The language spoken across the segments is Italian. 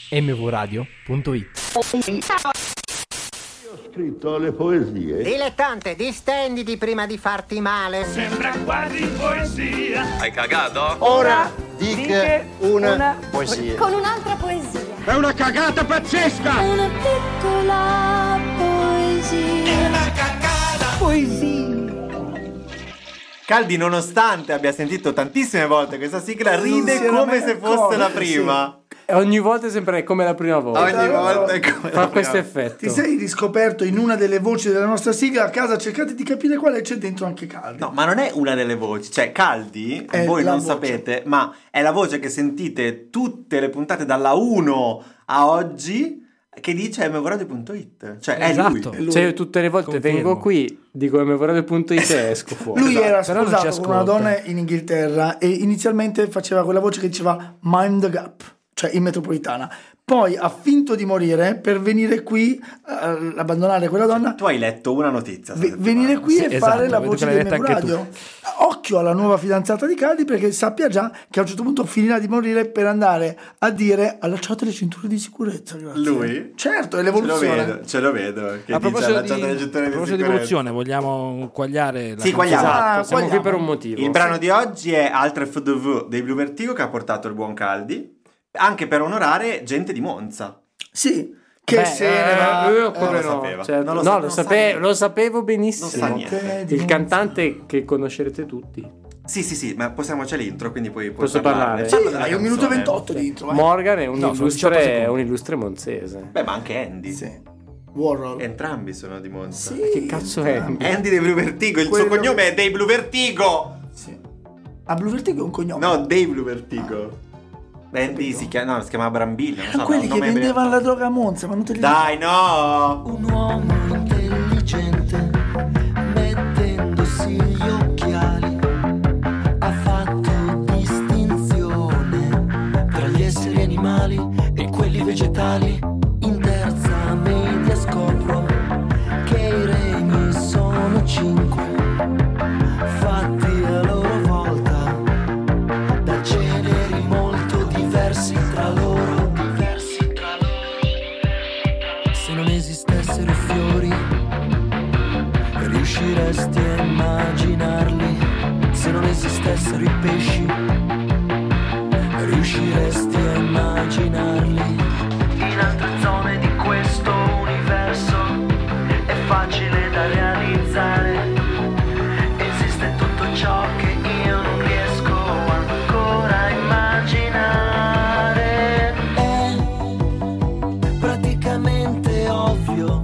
mvradio.it. Ho scritto le poesie. Dilettante, distenditi prima di farti male. Sembra quasi poesia. Hai cagato? Ora dica una poesia. Con un'altra poesia. È una cagata pazzesca! Una piccola poesia. È una cagata. Caldi, nonostante abbia sentito tantissime volte questa sigla, ride come se fosse la prima. E ogni volta è sempre come la prima volta. Ogni volta è come Fa la questo prima. effetto. Ti sei riscoperto in una delle voci della nostra sigla a casa, cercate di capire quale c'è dentro anche Caldi. No, ma non è una delle voci, cioè Caldi, È voi la non voce. sapete, ma è la voce che sentite tutte le puntate dalla 1 a oggi che dice mvradio.it. Cioè è Esatto. lui. Cioè io tutte le volte Confermo. vengo qui, dico mvradio.it e esco fuori. Lui era Però non ci sposato con una ascolta. donna in Inghilterra e inizialmente faceva quella voce che diceva Mind the Gap, cioè in metropolitana. Poi ha finto di morire per venire qui, abbandonare quella donna, Tu hai letto una notizia. venire qui Sì, e esatto, fare la vedo voce che l'hai del letta anche radio. Occhio alla nuova fidanzata di Caldi, perché sappia già che a un certo punto finirà di morire per andare a dire allacciate le cinture di sicurezza. Grazie. Lui? Certo, è l'evoluzione. Ce lo vedo. Che A dice proposito allacciate le di cinture evoluzione, sicurezza. vogliamo quagliare la Sì, quagliamo. Esatto, siamo Vogliamo. qui per un motivo. Il brano di oggi è Altre FDV dei Blue Vertigo, che ha portato il buon Caldi, anche per onorare gente di Monza. Sì, che se ne va. Come lo no? sapeva. Certo. Non lo No, sa- lo, non sape- sa niente. lo sapevo benissimo. Non sa niente. Il cantante che conoscerete tutti. Sì, ma possiamo c'è l'intro, quindi puoi Posso parlare? Sì, Parla della hai 1 minuto e canzone. 28 dentro. vai. Morgan è un, No, sono 18 secondi. un illustre monzese. Beh, ma anche Andy. Sì. Warhol. Entrambi sono di Monza. Sì, Che cazzo è? Andy dei Blue Vertigo, il Quello suo cognome che- è dei Blue Vertigo. Sì. Ah, Blue Vertigo è un cognome. No, dei Blue Vertigo. Andy si chiama Brambilla, non so, quelli un che nome vendevano la droga a Monza, ma non te li Dai, no! Un uomo intelligente, mettendosi gli occhiali, ha fatto distinzione tra gli esseri animali e quelli vegetali. In terza media scopro che i regni sono 5, fatti a loro volta da generi molto diversi tra loro. Se non esistessero i fiori, riusciresti a immaginarli. Se non esistessero i pesci, riusciresti a immaginarli. In altre zone di questo universo è facile da realizzare. Esiste tutto ciò che io non riesco ancora a immaginare. È praticamente ovvio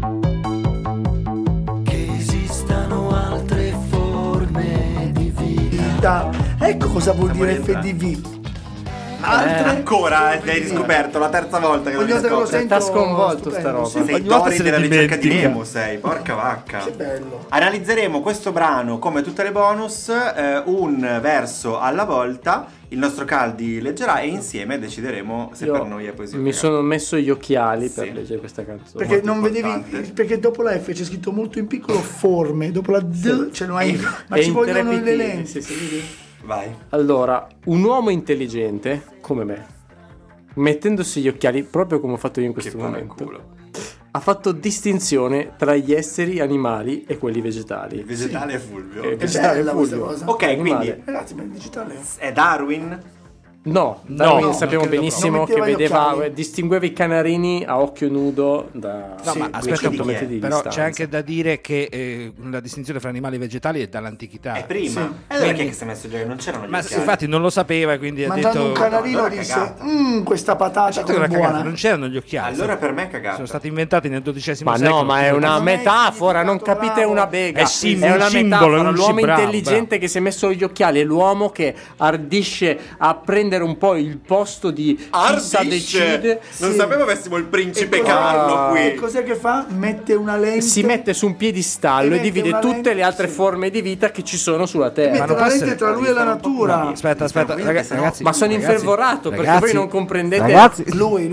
che esistano altre forme di vita. Ecco cosa vuol dire FDV. Altre Ancora hai riscoperto la terza volta che lo Ogni volta che lo riscopri. sento T'ha sconvolto sta roba. sì. Sei Ogni volta Dory se ne della ricerca di dimentica. Nemo, sei, porca vacca. Che bello. Analizzeremo questo brano come tutte le bonus, un verso alla volta. Il nostro Caldi leggerà e insieme decideremo se Io per noi è poesia. o mi cagata. sono messo gli occhiali per Sì. leggere questa canzone. Perché Molto non vedevi, importante. perché dopo la F c'è scritto molto in piccolo forme, dopo la D ce lo hai, ma E ci vogliono le intrepiditi, lenti. sì, sì. Vai. Allora, un uomo intelligente come me, mettendosi gli occhiali proprio come ho fatto io in questo Che palla al momento, culo. ha fatto distinzione tra gli esseri animali e quelli vegetali. Il vegetale è Fulvio. Il vegetale bella è questa Fulvio. cosa. Ok, Animale. quindi Ragazzi, ma il digitale è Darwin. No, Darwin no, sappiamo non credo benissimo proprio. che Non metteva gli vedeva, occhiali. distingueva i canarini a occhio nudo da No, ma aspetta un 200 po', metri di però distanza. c'è anche da dire che la distinzione fra animali e vegetali è dall'antichità. È prima. Sì. E allora chi è che si è messo già? Non c'erano gli Ma occhiali. infatti non lo sapeva, quindi ha mandando detto un canarino allora disse cagata. questa patata Certo che come era cagata, buona. non c'erano gli occhiali. Allora per me è cagata. sono stati inventati nel XII Ma secolo. no, ma è una Non è metafora, non significato capite bravo. una bega. È simbolo, è una simbolo, metafora. non L'uomo ci bravo, intelligente che si è messo gli occhiali è l'uomo che ardisce a prendere un po' il posto di chi sa decide. Non Sì. sapevo avessimo il principe E cos'è- Carlo E qui. cos'è che fa? Mette una lente. Si mette su un piedistallo e mette divide una tutte lente, le altre sì. forme di vita che ci sono sulla Mette Terra. non la può lente essere tra lui e la natura. Aspetta, ragazzi, Ma sono ragazzi, infervorato perché ragazzi, voi non comprendete. Ragazzi, Lui non comprende.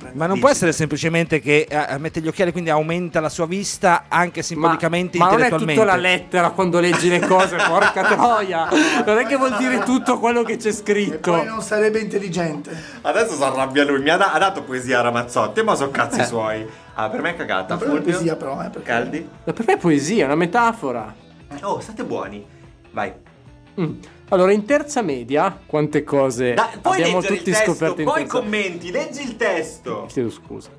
Ma non può essere semplicemente che mette gli occhiali, quindi aumenta la sua vista anche simbolicamente, ma non è intellettualmente. tutta la lettera quando leggi le cose, porca troia. Non è che vuol dire tutto quello che c'è E scritto. poi non sarebbe intelligente. Adesso si arrabbia lui, ha dato poesia a Ramazzotti, ma sono cazzi suoi. Per me è cagata. Ma per me è Fulvio? poesia però, perché... Caldi? Ma per me è poesia, è una metafora. Oh, state buoni. Vai. Allora, in terza media, quante cose Puoi abbiamo leggere tutti il testo, scoperto in poi terza commenti, leggi il testo. Chiedo scusa.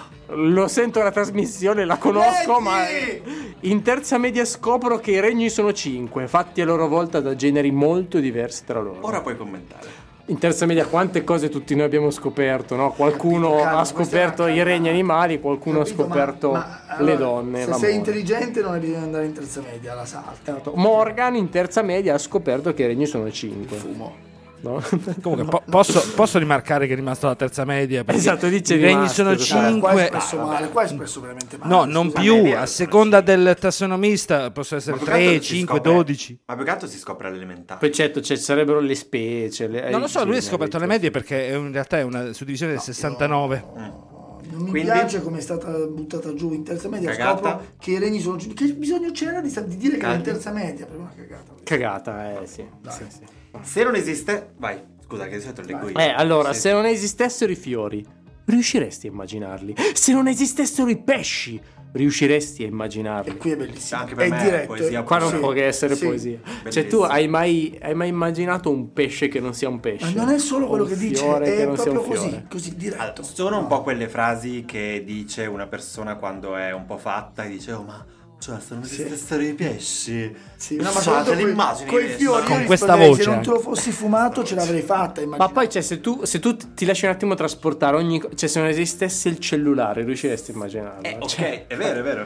Lo sento alla trasmissione, la conosco, Leggi! ma in terza media scopro che i regni sono 5, fatti a loro volta da generi molto diversi tra loro. Ora puoi commentare. In terza media quante cose tutti noi abbiamo scoperto, no? Qualcuno Capito, Carlo, ha scoperto i regni animali, qualcuno Capito, ha scoperto ma le allora, donne, se l'amore. sei intelligente non hai bisogno di andare in terza media, la salta. Morgan in terza media ha scoperto che i regni sono 5. Fumo. No? Comunque posso rimarcare che è rimasto alla terza media, perché Esatto, dice i regni rimasto, sono esatto. Qua è 5. espresso male, qua è espresso veramente male. No, non scusa. più, è vero, a seconda del tassonomista possono essere Ma più che altro 3, si 5, scopre- 12. Ma più che altro si scopre all'elementare. Poi certo, ci sarebbero le specie. Non lo so, lui ha scoperto le medie perché in realtà è una suddivisione del 69. Non mi Quindi? piace come è stata buttata giù in terza media. Cagata? Scopro che i regni sono. Che bisogno c'era di dire che era in Caldi? terza media? Per una cagata. Cagata, sì. Sì, sì. Se non esiste... Vai, scusa che di solito leggo io. Allora, Sì. se non esistessero i fiori, riusciresti a immaginarli? Se non esistessero i pesci, riusciresti a E immaginarli? qui è bellissimo. Anche per è me è diretto. poesia Qua non Sì. può che essere Sì. poesia. Cioè, Bellissimo. tu hai mai immaginato un pesce che non sia un pesce? Ma non è solo O quello un che dice, fiore che è non sia proprio un fiore? così diretto. Allora, sono un po' quelle frasi che dice una persona quando è un po' fatta e dice oh ma cioè se non esistessero i pesci Sì, no, ma cioè, soprattutto te l'immagini coi adesso? fiori Con io questa risponderei, voce se non anche. te lo fossi fumato ce l'avrei fatta, Ma immagino. poi, cioè, se tu ti lasci un attimo trasportare cioè, se non esistesse il cellulare, riusciresti a immaginarlo? Ok, Cioè, è vero.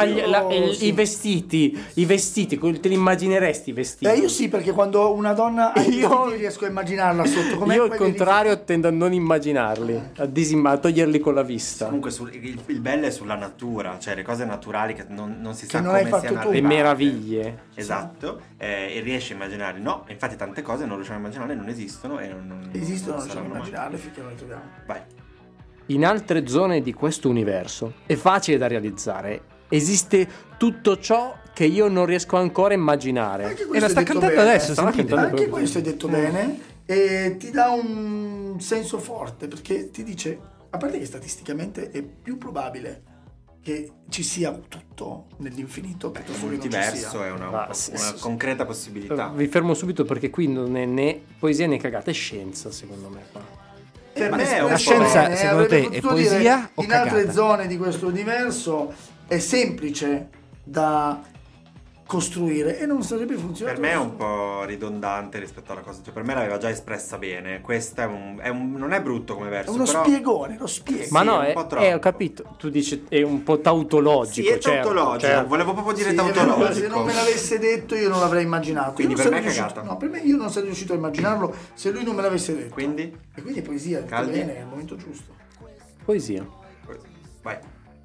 I vestiti, te li immagineresti i vestiti? Io sì, perché quando una donna ha i Io- vestiti riesco a immaginarla sotto come Io al contrario tendo a non immaginarli, a toglierli con la vista. Comunque il bello è sulla natura, cioè le cose naturali che non si sa non come hai fatto siano tu. Le arrivate. meraviglie. Esatto, e riesci a immaginarli. No, infatti tante cose non riusciamo a immaginarle, non esistono e non esistono, non saranno riusciamo a mai. immaginarle finché non le troviamo. Vai. In altre zone di questo universo è facile da realizzare. Esiste tutto ciò che io non riesco ancora a immaginare. Anche E questo la è sta detto cantando bene. adesso, Stava sentite. cantando. Anche questo è detto bene e ti dà un senso forte perché ti dice, a parte che statisticamente è più probabile che ci sia tutto nell'infinito Il piuttosto che non ci multiverso sia. è una sì. concreta possibilità. Vi fermo subito perché qui non è né poesia né cagata, è scienza secondo me qua. Per Ma me è un la po' scienza, bene, secondo avrebbe te, è potuto poesia dire, o in altre cagata? zone di questo universo è semplice da costruire e non sarebbe funzionato. Per me è un po' ridondante rispetto alla cosa, cioè per me l'aveva già espressa bene. Questa non è brutto come È verso, uno però spiegone, lo spiega. Ma Sì, no, è un po' troppo. ho capito, tu dici è un po' tautologico. sì, è certo, tautologico. certo. Volevo proprio dire Sì, è vero, tautologico. se non me l'avesse detto io non l'avrei immaginato. Quindi Io non per me è sarei riuscito- cagata. No, per me io non sarei riuscito a immaginarlo se lui non me l'avesse detto. Quindi E quindi è poesia, è detto Caldi? bene, è il momento giusto. Poesia. vai.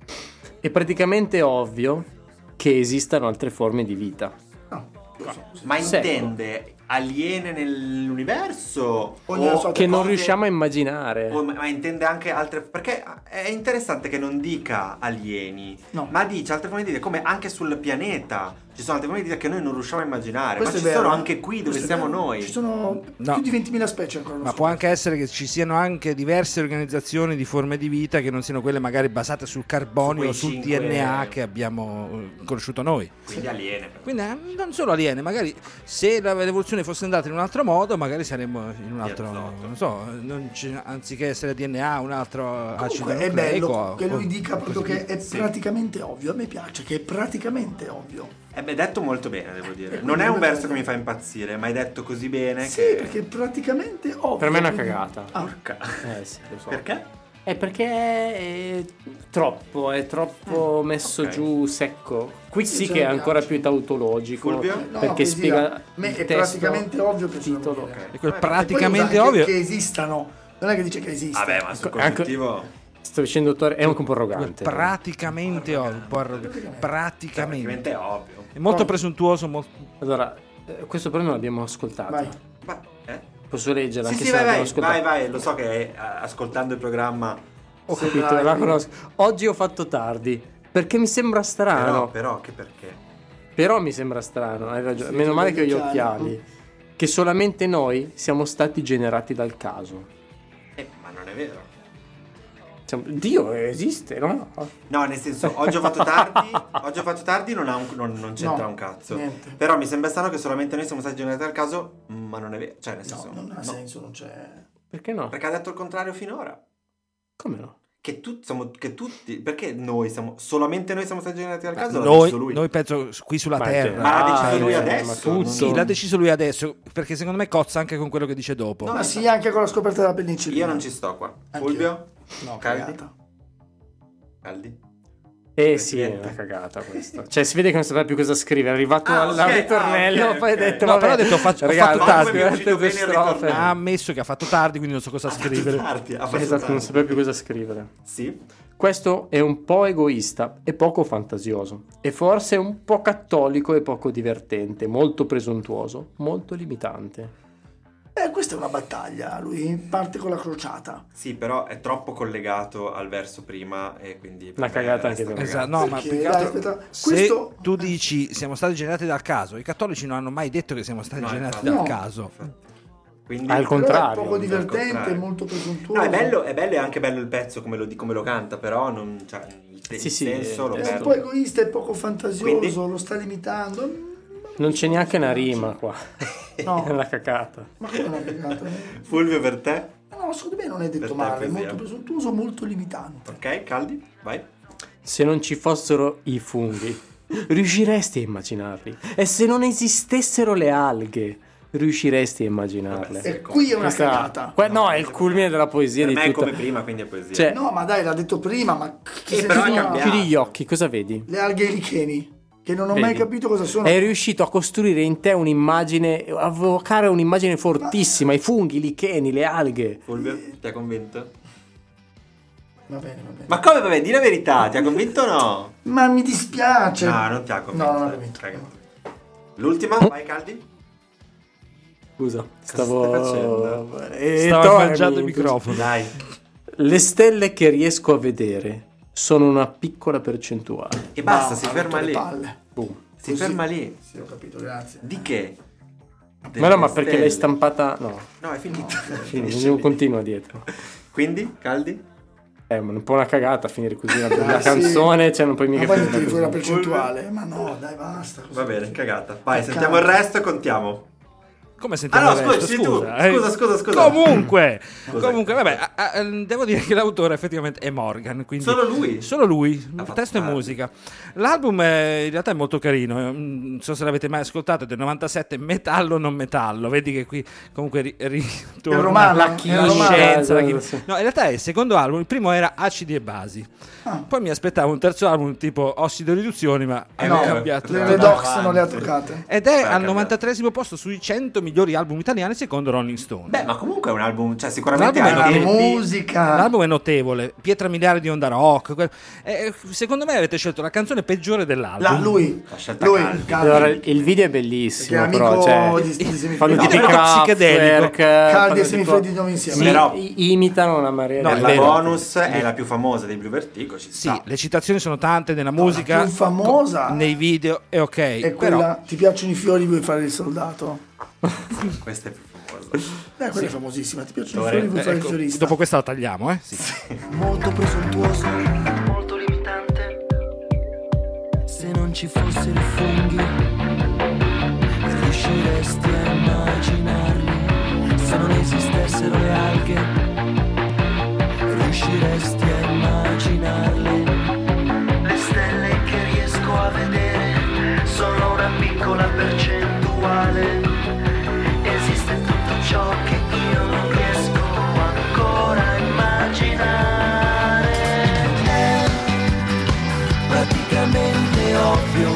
È praticamente ovvio che esistano altre forme di vita. No, lo so. Ma Secco. intende aliene nell'universo Ognuno o so Che non cose- riusciamo a immaginare. ma intende anche altre, perché è interessante che non dica alieni, No. ma dice altre forme di vita, come anche sul pianeta ci sono altre forme di vita che noi non riusciamo a immaginare. Questo Ma è ci vero. sono anche qui dove Questo è siamo vero. noi. Ci sono No. più di 20.000 specie ancora. non Ma so. può anche essere che ci siano anche diverse organizzazioni di forme di vita che non siano quelle magari basate sul carbonio o Su sul quei 5 DNA che abbiamo conosciuto noi. Quindi aliene. Quindi non solo aliene, magari se l'evoluzione fosse andata in un altro modo, magari saremmo in un altro, azoto. non so, anziché essere DNA, un altro acido Comunque è nucleico. bello che lui dica così proprio che via. è praticamente ovvio. A me piace che è praticamente ovvio. Beh, detto molto bene, devo dire. quindi Non è un non- verso che mi fa impazzire, ma è detto così bene Sì, che... perché è praticamente ovvio. Per me è una quindi- cagata. Ah, Porca. Sì, lo so. Perché? È perché è troppo messo Ok. giù secco. Qui sì ce che è ne ancora piace. più tautologico. Fulvio? no, Perché poesia. spiega A me è il testo, praticamente ovvio che ce lo titolo. vuol dire. E quel E poi praticamente usa anche ovvio. che esistano. Non è che dice che esiste. Vabbè, ma sul Anche- congiuntivo... Sto dicendo è anche un po' arrogante. Praticamente ovvio, un po' praticamente. Praticamente è ovvio. È molto presuntuoso, molto... Allora, questo però non l'abbiamo ascoltato. Vai. Ma, Posso leggerla Sì, anche sì, se vai, l'abbiamo vai, ascoltato. vai, vai. Lo so che ascoltando il programma Ho capito, la conosco. Oggi ho fatto tardi, perché mi sembra strano. Però che perché? Però mi sembra strano, hai ragione. Meno male che ho gli occhiali. Che solamente noi siamo stati generati dal caso. Ma non è vero. Dio esiste, no? No, nel senso, oggi ho fatto tardi non c'entra un cazzo. Niente. Però mi sembra strano che solamente noi siamo stati generati dal caso, ma non è vero. Cioè, nel senso, non ha senso, non c'è. Perché no? Perché ha detto il contrario finora. Come no? Che tutti, perché solamente noi siamo stati generati dal caso? L'ha deciso lui. Noi penso qui sulla Ma Terra. Ma l'ha deciso lui adesso? Sì, l'ha deciso lui adesso, perché secondo me cozza anche con quello che dice dopo. Ma sì, anche con la scoperta della penicillina. Io non ci sto qua. Fulvio? No, Caldi? cagata. Caldi? Sì, è una cagata questa. Cioè, si vede che non sapeva più cosa scrivere. È arrivato al ok, ritornello, ok, poi ha ok. detto, No, vabbè, però ha detto ho fatto ragazzi, tardi. mi è uscito bene il ritornello. Ha ammesso che ha fatto tardi, quindi non so cosa scrivere. Esatto, non sapeva più cosa scrivere. Sì. Questo è un po' egoista e poco fantasioso. E forse un po' cattolico e poco divertente. Molto presuntuoso, molto limitante. Questa è una battaglia, lui parte con la crociata. Sì, però è troppo collegato al verso prima e quindi... Una cagata anche per me. Esatto, no, ma Perché, più che dai, altro, aspetta, se questo- tu dici siamo stati generati dal caso, i cattolici non hanno mai detto che siamo stati generati infatti. dal No. caso. Quindi... Al Però è contrario. poco divertente, contrario. molto presuntuoso. No, è bello e anche bello il pezzo come lo canta, però non, cioè, il Sì, senso lo è È un perde. po' egoista, è poco fantasioso, Quindi? lo sta limitando. Non c'è neanche una rima qua. No. È una cacata. Ma come una cagata? Fulvio, per te? No, secondo me non è Per detto te male, è poesia. molto presuntuoso, molto limitante. Ok, Caldi, vai. Se non ci fossero i funghi, riusciresti a immaginarli. E se non esistessero le alghe, riusciresti a immaginarle. E qui è una cagata. No, è il culmine della poesia Per di me è tutta. come prima, quindi è poesia. Cioè, No, ma dai, l'ha detto prima, ma che senso però è ha? cambiato. chiudi gli occhi, cosa vedi? Le alghe e i licheni, che non ho Vedi? mai capito cosa sono. È riuscito a costruire in te un'immagine, a evocare un'immagine fortissima, i funghi, i licheni, le alghe. Fulvio, ti ha convinto? Va bene. Ma come, vabbè, di la verità, ti ha convinto o no? Ma mi dispiace. No, non ti ha convinto. No, non ha convinto. Cagata. L'ultima, vai Caldi. Scusa, stai stavo Stava mangiando il microfono. Dai. Le stelle che riesco a vedere sono una piccola percentuale. E basta, No, si ha ferma rotto le lì. palle. Boom. Si ferma lì. Sì, ho capito, grazie. Di che? Ma no, ma Delle perché stelle. l'hai stampata? No, No, è finita. non continua dietro. Quindi, Caldi? È un po' una cagata finire così la Sì. canzone, cioè non puoi Ma mica poi finire tiri fuori la così. percentuale. Ma no, dai, basta. Va bene, cagata. Vai, Cagata. sentiamo il resto e contiamo. Come sentiamo Ah, no, il resto? scusi, tu. Scusa. Comunque, vabbè, devo dire che l'autore effettivamente è Morgan, quindi Solo lui? Solo lui, fatto testo e tardi. musica. L'album in realtà è molto carino, non so se l'avete mai ascoltato, è del 97, metallo non metallo, vedi che qui comunque ritorna È romano, la è chimica, romano. scienza, la Sì. chimica. No, in realtà è il secondo album, il primo era Acidi e Basi. Poi mi aspettavo un terzo album tipo Ossido e Riduzioni, ma hanno no, cambiato. Le Docs non le ha toccate. Ed è al cambiato. 93esimo posto sui 100 migliori album italiani secondo Rolling Stone. Bè, ma comunque è un album, cioè sicuramente L'album è anche notevole. Musica. L'album è notevole, pietra miliare di onda rock. Secondo me avete scelto la canzone peggiore dell'album. Lui, La scelta Caldi. Allora, il video è bellissimo, Perché è però amico cioè, di Semifreddi. fanno No, tutti i è molto psichedelico. Kraftwerk, Caldi e fanno Semifreddi tipo- non insieme. Sì, Però- imitano una marea No, di la vero. bonus è la più famosa dei Blue Vertigo, ci Sì, sta. le citazioni sono tante nella musica, La più famosa nei video, è ok. è però quella, ti piacciono i fiori, vuoi fare il soldato? Questa è più famosa. Quella è famosissima, ti piacciono i Dove- fiori, vuoi fare il ecco, fiorista? dopo questa la tagliamo, Sì. Molto presuntuoso, molto limitante. Se non ci fossero i funghi, riusciresti a immaginarli. Se non esistessero le alghe, riusciresti a immaginarle. Le stelle che riesco a vedere sono una piccola percentuale. Esiste tutto ciò che io non riesco ancora a immaginare. È praticamente ovvio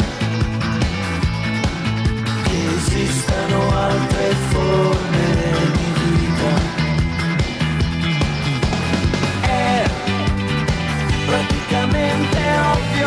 che esistano altre forme di vita. È praticamente ovvio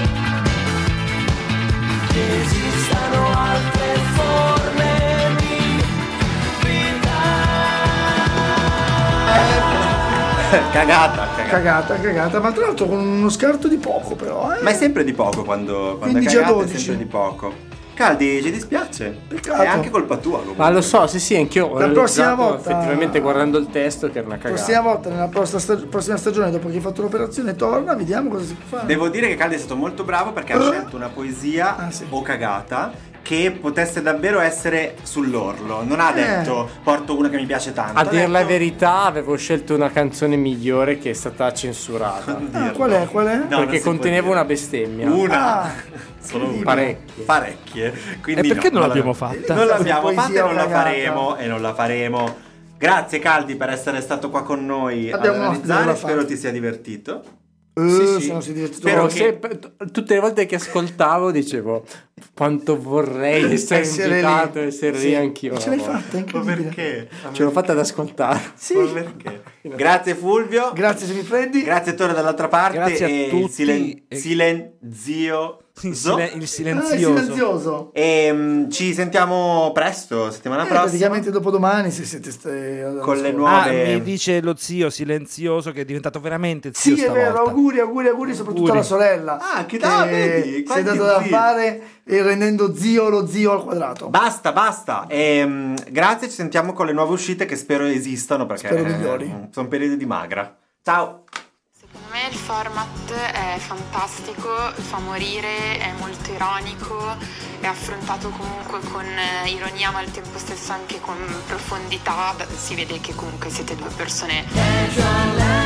che esistano altre forme di vita. Cagata. cagata, ma tra l'altro con uno scarto di poco però, Ma è sempre di poco quando è 15 a cagata, è 12. sempre di poco. Caldi, ci dispiace. Peccato. È anche colpa tua comunque. Ma lo so, sì, anch'io ho La prossima realizzato volta- effettivamente guardando il testo che era una La cagata. prossima volta, nella prossima stagione, dopo che hai fatto l'operazione, torna, vediamo cosa si può fare. Devo dire che Caldi è stato molto bravo perché ha scelto una poesia sì. o cagata che potesse davvero essere sull'orlo. Non ha detto porto una che mi piace tanto. A Ha dir la detto, verità, avevo scelto una canzone migliore che è stata censurata. Qual è? No, non perché si può conteneva dire. una bestemmia. Una. Ah, Solo una. Parecchie. Parecchie. Quindi E perché no, non l'abbiamo fatta? Non l'abbiamo Poesia fatta e non la cagata. faremo. E non la faremo. Grazie Caldi per essere stato qua con noi Abbiamo ad un ospite analizzare. della Spero parte. ti sia divertito. se sì. non si diverte Spero troppo. che- Tutte le volte che ascoltavo dicevo quanto vorrei essere Essere invitato lì. e essere Sì. lì anch'io. Ce l'hai una volta. fatta, è Ma incredibile. perché? Ce l'ho fatta ad ascoltare. Sì. Ma perché? Grazie Fulvio. Grazie Semifreddi. Grazie Tore dall'altra parte. Grazie a e tutti. il silenzioso. Il Ah, silenzioso. silenzioso. E ci sentiamo presto, settimana prossima. Praticamente dopodomani, se siete Con le Ah, nuove. mi dice lo zio silenzioso che è diventato veramente zio Sì, è vero, stavolta. auguri, soprattutto alla sorella. Ah, che da, vedi, si è quanti dato da zii. fare e rendendo lo zio al quadrato. Basta. Grazie, ci sentiamo con le nuove uscite che spero esistano perché Spero migliori. sono periodi di magra. Ciao. Secondo me il format è fantastico, fa morire, è molto ironico, è affrontato comunque con ironia ma al tempo stesso anche con profondità, si vede che comunque siete due persone